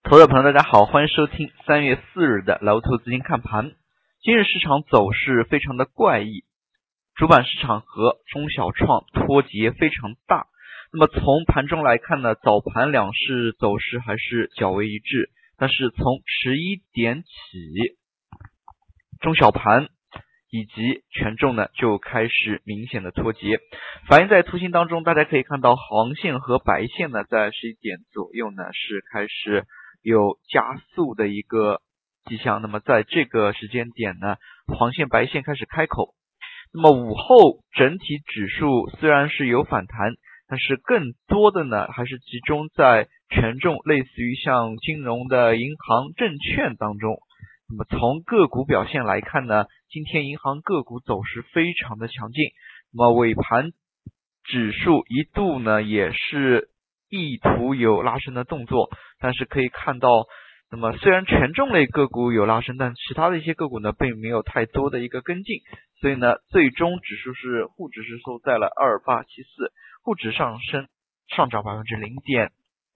投资者朋友大家好，欢迎收听3月4日的老投资金看盘。今日市场走势非常的怪异，主板市场和中小创脱节非常大。那么从盘中来看呢，早盘两市走势还是较为一致，但是从11点起，中小盘以及权重呢就开始明显的脱节，反映在图形当中，大家可以看到黄线和白线呢在11点左右呢是开始有加速的一个迹象。那么在这个时间点呢，黄线白线开始开口。那么午后整体指数虽然是有反弹，但是更多的呢还是集中在权重类似于像金融的银行证券当中。那么从个股表现来看呢，今天银行个股走势非常的强劲。那么尾盘指数一度呢也是意图有拉升的动作，但是可以看到，那么虽然权重类个股有拉升，但其他的一些个股呢并没有太多的一个跟进，所以呢最终指数是沪指是收在了2874，沪指上涨 0.5%，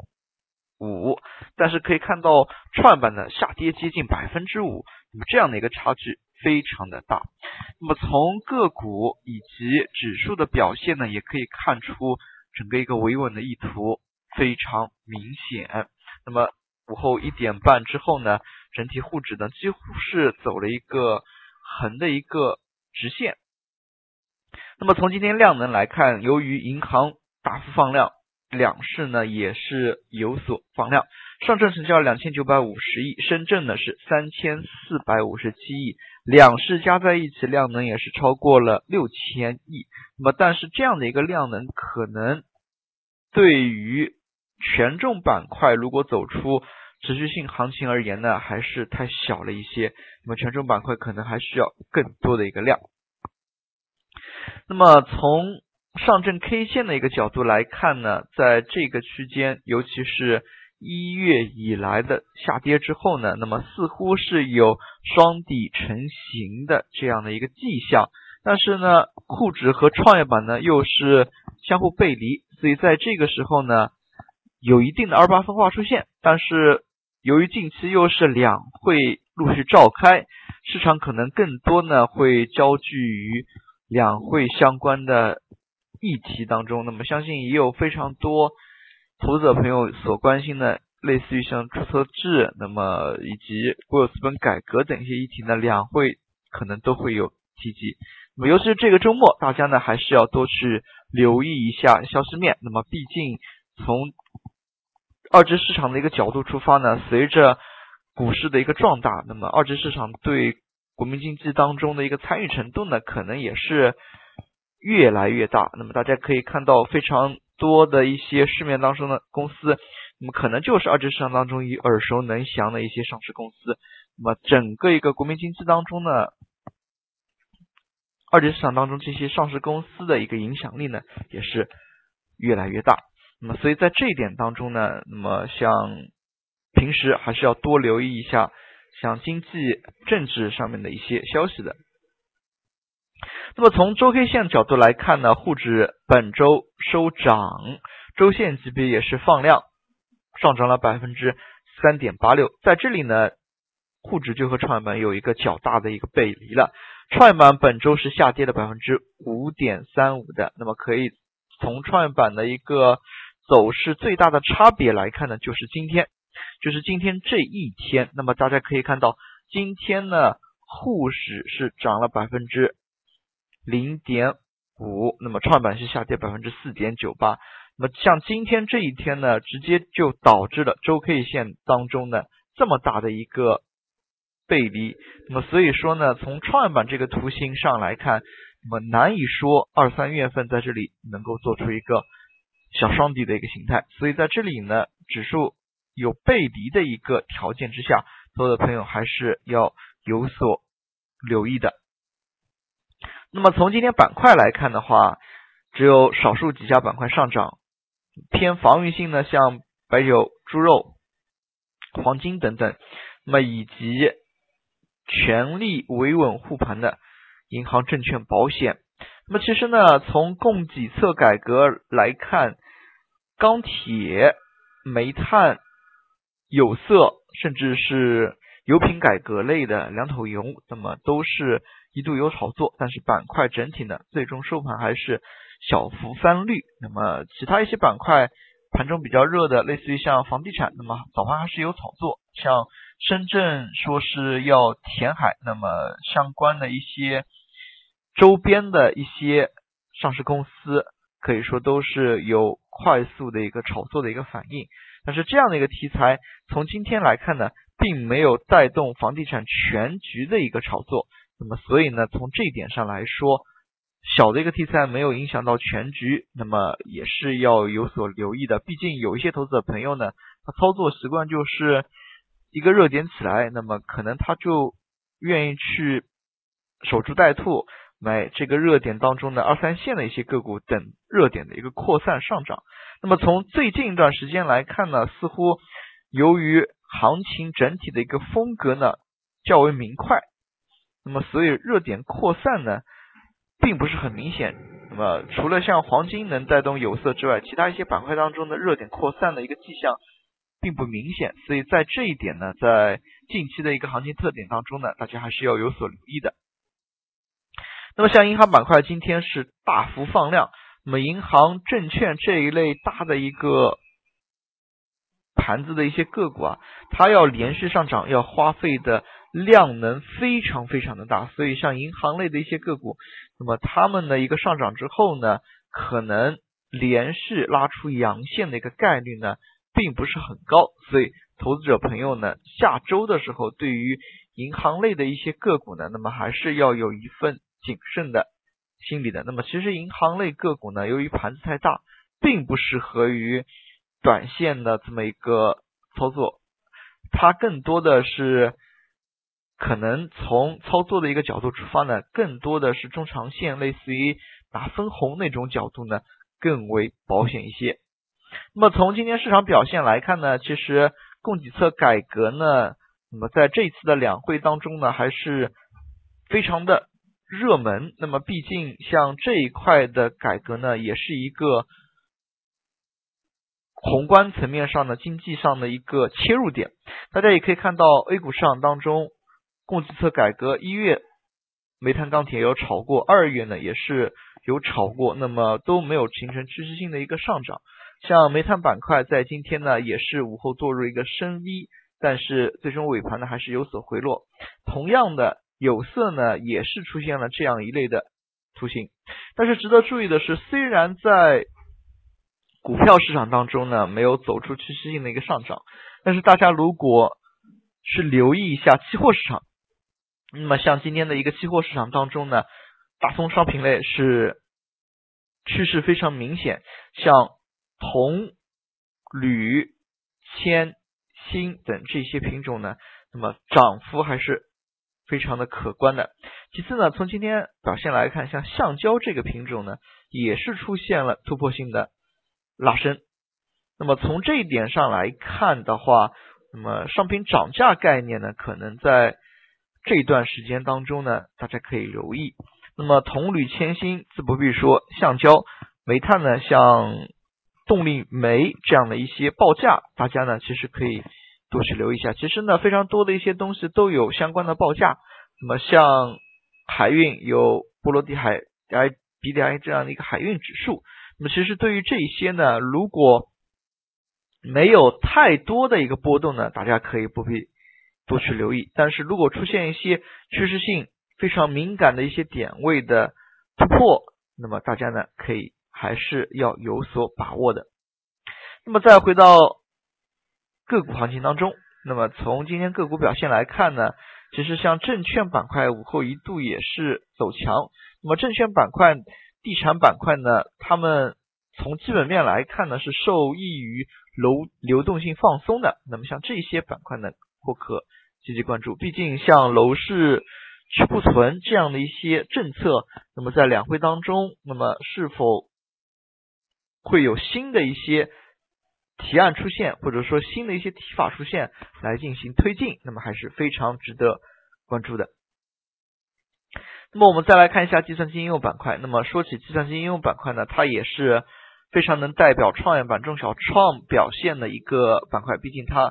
但是可以看到创业板的下跌接近 5%， 那么这样的一个差距非常的大。那么从个股以及指数的表现呢，也可以看出整个一个维稳的意图非常明显。那么午后1点半之后呢，整体沪指呢几乎是走了一个横的一个直线。那么从今天量能来看，由于银行大幅放量，两市呢也是有所放量，上证成交2950亿，深圳呢是3457亿，两市加在一起量能也是超过了6000亿。那么但是这样的一个量能可能对于权重板块如果走出持续性行情而言呢，还是太小了一些，那么权重板块可能还需要更多的一个量。那么从上证 K 线的一个角度来看呢，在这个区间，尤其是1月以来的下跌之后呢，那么似乎是有双底成型的这样的一个迹象，但是呢沪指和创业板呢又是相互背离，所以在这个时候呢有一定的28分化出现，但是由于近期又是两会陆续召开，市场可能更多呢会焦聚于两会相关的议题当中。那么相信也有非常多投资者朋友所关心的类似于像注册制，那么以及国有资本改革等一些议题呢，两会可能都会有提及。那么尤其是这个周末，大家呢还是要多去留意一下消息面。那么毕竟从二级市场的一个角度出发呢，随着股市的一个壮大，那么二级市场对国民经济当中的一个参与程度呢，可能也是越来越大。那么大家可以看到非常多的一些市面当中的公司，那么可能就是二级市场当中耳熟能详的一些上市公司。那么整个一个国民经济当中呢，二级市场当中这些上市公司的一个影响力呢，也是越来越大。那么所以在这一点当中呢，那么像平时还是要多留意一下像经济政治上面的一些消息的。那么从周 K 线角度来看呢，沪指本周收涨，周线级别也是放量，上涨了 3.86%。在这里呢，沪指就和创业板有一个较大的一个背离了，创业板本周是下跌了 5.35% 的。那么可以从创业板的一个走势最大的差别来看呢，就是今天这一天。那么大家可以看到今天呢沪指是涨了 0.5%， 那么创业板是下跌 4.98%。 那么像今天这一天呢，直接就导致了周 K 线当中呢这么大的一个背离。那么所以说呢，从创业板这个图形上来看，那么难以说2、3月份在这里能够做出一个小双底的一个形态。所以在这里呢，指数有背离的一个条件之下，投资者朋友还是要有所留意的。那么从今天板块来看的话，只有少数几家板块上涨，偏防御性呢，像白酒、猪肉、黄金等等，那么以及全力维稳护盘的银行、证券、保险。那么其实呢，从供给侧改革来看，钢铁、煤炭有色甚至是油品改革类的两桶油，那么都是一度有炒作，但是板块整体呢最终收盘还是小幅翻绿。那么其他一些板块盘中比较热的，类似于像房地产，那么早盘还是有炒作，像深圳说是要填海，那么相关的一些周边的一些上市公司可以说都是有快速的一个炒作的一个反应。但是这样的一个题材从今天来看呢，并没有带动房地产全局的一个炒作，那么所以呢，从这一点上来说，小的一个题材没有影响到全局，那么也是要有所留意的。毕竟有一些投资者朋友呢，他操作习惯就是一个热点起来，那么可能他就愿意去守株待兔，买这个热点当中的2、3线的一些个股，等热点的一个扩散上涨。那么从最近一段时间来看呢，似乎由于行情整体的一个风格呢较为明快，那么所以热点扩散呢并不是很明显。那么除了像黄金能带动有色之外，其他一些板块当中的热点扩散的一个迹象并不明显。所以在这一点呢，在近期的一个行情特点当中呢，大家还是要有所留意的。那么像银行板块今天是大幅放量，那么银行、证券这一类大的一个盘子的一些个股啊，它要连续上涨，要花费的量能非常非常的大，所以像银行类的一些个股，那么它们的一个上涨之后呢，可能连续拉出阳线的一个概率呢并不是很高，所以投资者朋友呢，下周的时候对于银行类的一些个股呢，那么还是要有一份谨慎的心理的。那么其实银行类个股呢，由于盘子太大，并不适合于短线的这么一个操作，它更多的是可能从操作的一个角度出发呢，更多的是中长线，类似于拿分红那种角度呢，更为保险一些。那么从今天市场表现来看呢，其实供给侧改革呢，那么在这一次的两会当中呢，还是非常的热门。那么毕竟像这一块的改革呢，也是一个宏观层面上的经济上的一个切入点。大家也可以看到 A 股市场当中供给侧改革，1月煤炭钢铁有炒过，2月呢也是有炒过，那么都没有形成趋势性的一个上涨。像煤炭板块在今天呢也是午后堕入一个深 V， 但是最终尾盘呢还是有所回落。同样的，有色呢也是出现了这样一类的图形。但是值得注意的是，虽然在股票市场当中呢没有走出趋势性的一个上涨，但是大家如果去留意一下期货市场，那么像今天的一个期货市场当中呢，大宗商品类是趋势非常明显，像铜、铝、铅、锌等这些品种呢，那么涨幅还是非常的可观的。其次呢，从今天表现来看，像橡胶这个品种呢，也是出现了突破性的拉升。那么从这一点上来看的话，那么商品涨价概念呢，可能在这一段时间当中呢，大家可以留意。那么铜、铝、铅、锌自不必说，橡胶、煤炭呢，像动力煤这样的一些报价，大家呢其实可以多去留意一下。其实呢，非常多的一些东西都有相关的报价。那么像海运有波罗的海 BDI 这样的一个海运指数。那么其实对于这些呢，如果没有太多的一个波动呢，大家可以不必多去留意。但是如果出现一些趋势性非常敏感的一些点位的突破，那么大家呢可以还是要有所把握的。那么再回到个股行情当中，那么从今天个股表现来看呢，其实像证券板块午后一度也是走强。那么证券板块、地产板块呢，他们从基本面来看呢，是受益于流动性放松的。那么像这些板块呢，或可积极关注。毕竟像楼市去库存这样的一些政策，那么在两会当中，那么是否会有新的一些提案出现，或者说新的一些提法出现来进行推进，那么还是非常值得关注的。那么我们再来看一下计算机应用板块。那么说起计算机应用板块呢，它也是非常能代表创业板中小创表现的一个板块，毕竟它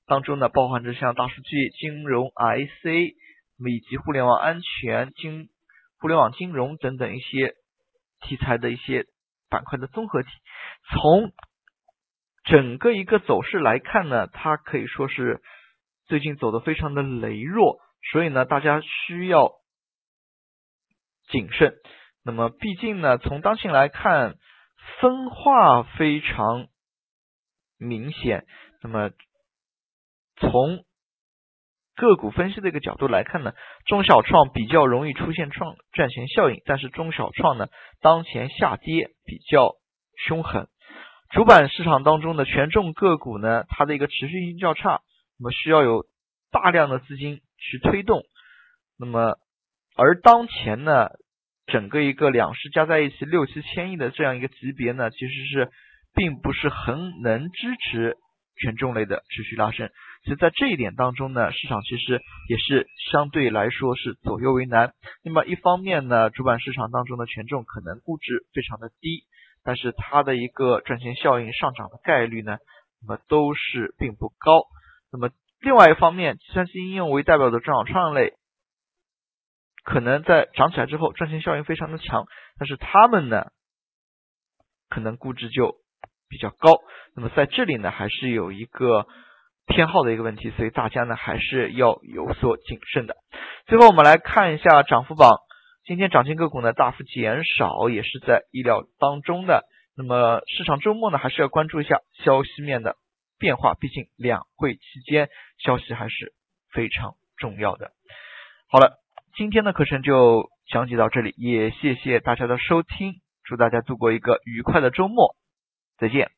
当中呢包含着像大数据、金融、IC， 以及互联网安全、互联网金融等等一些题材的一些板块的综合体。从整个一个走势来看呢，它可以说是最近走得非常的羸弱，所以呢大家需要谨慎。那么毕竟呢从当前来看分化非常明显，那么从个股分析的一个角度来看呢，中小创比较容易出现赚钱效应，但是中小创呢当前下跌比较凶狠。主板市场当中的权重个股呢，它的一个持续性较差，那么需要有大量的资金去推动。那么而当前呢整个一个两市加在一起6、7千亿的这样一个级别呢，其实是并不是很能支持权重类的持续拉升，所以在这一点当中呢，市场其实也是相对来说是左右为难。那么一方面呢，主板市场当中的权重可能估值非常的低，但是它的一个赚钱效应上涨的概率呢，那么都是并不高。那么另外一方面，计算机应用为代表的中小创类可能在涨起来之后赚钱效应非常的强，但是他们呢可能估值就比较高，那么在这里呢还是有一个偏好的一个问题，所以大家呢还是要有所谨慎的。最后我们来看一下涨幅榜，今天涨停个股呢大幅减少，也是在意料当中的。那么市场周末呢还是要关注一下消息面的变化，毕竟两会期间消息还是非常重要的。好了，今天的课程就讲解到这里，也谢谢大家的收听，祝大家度过一个愉快的周末，再见。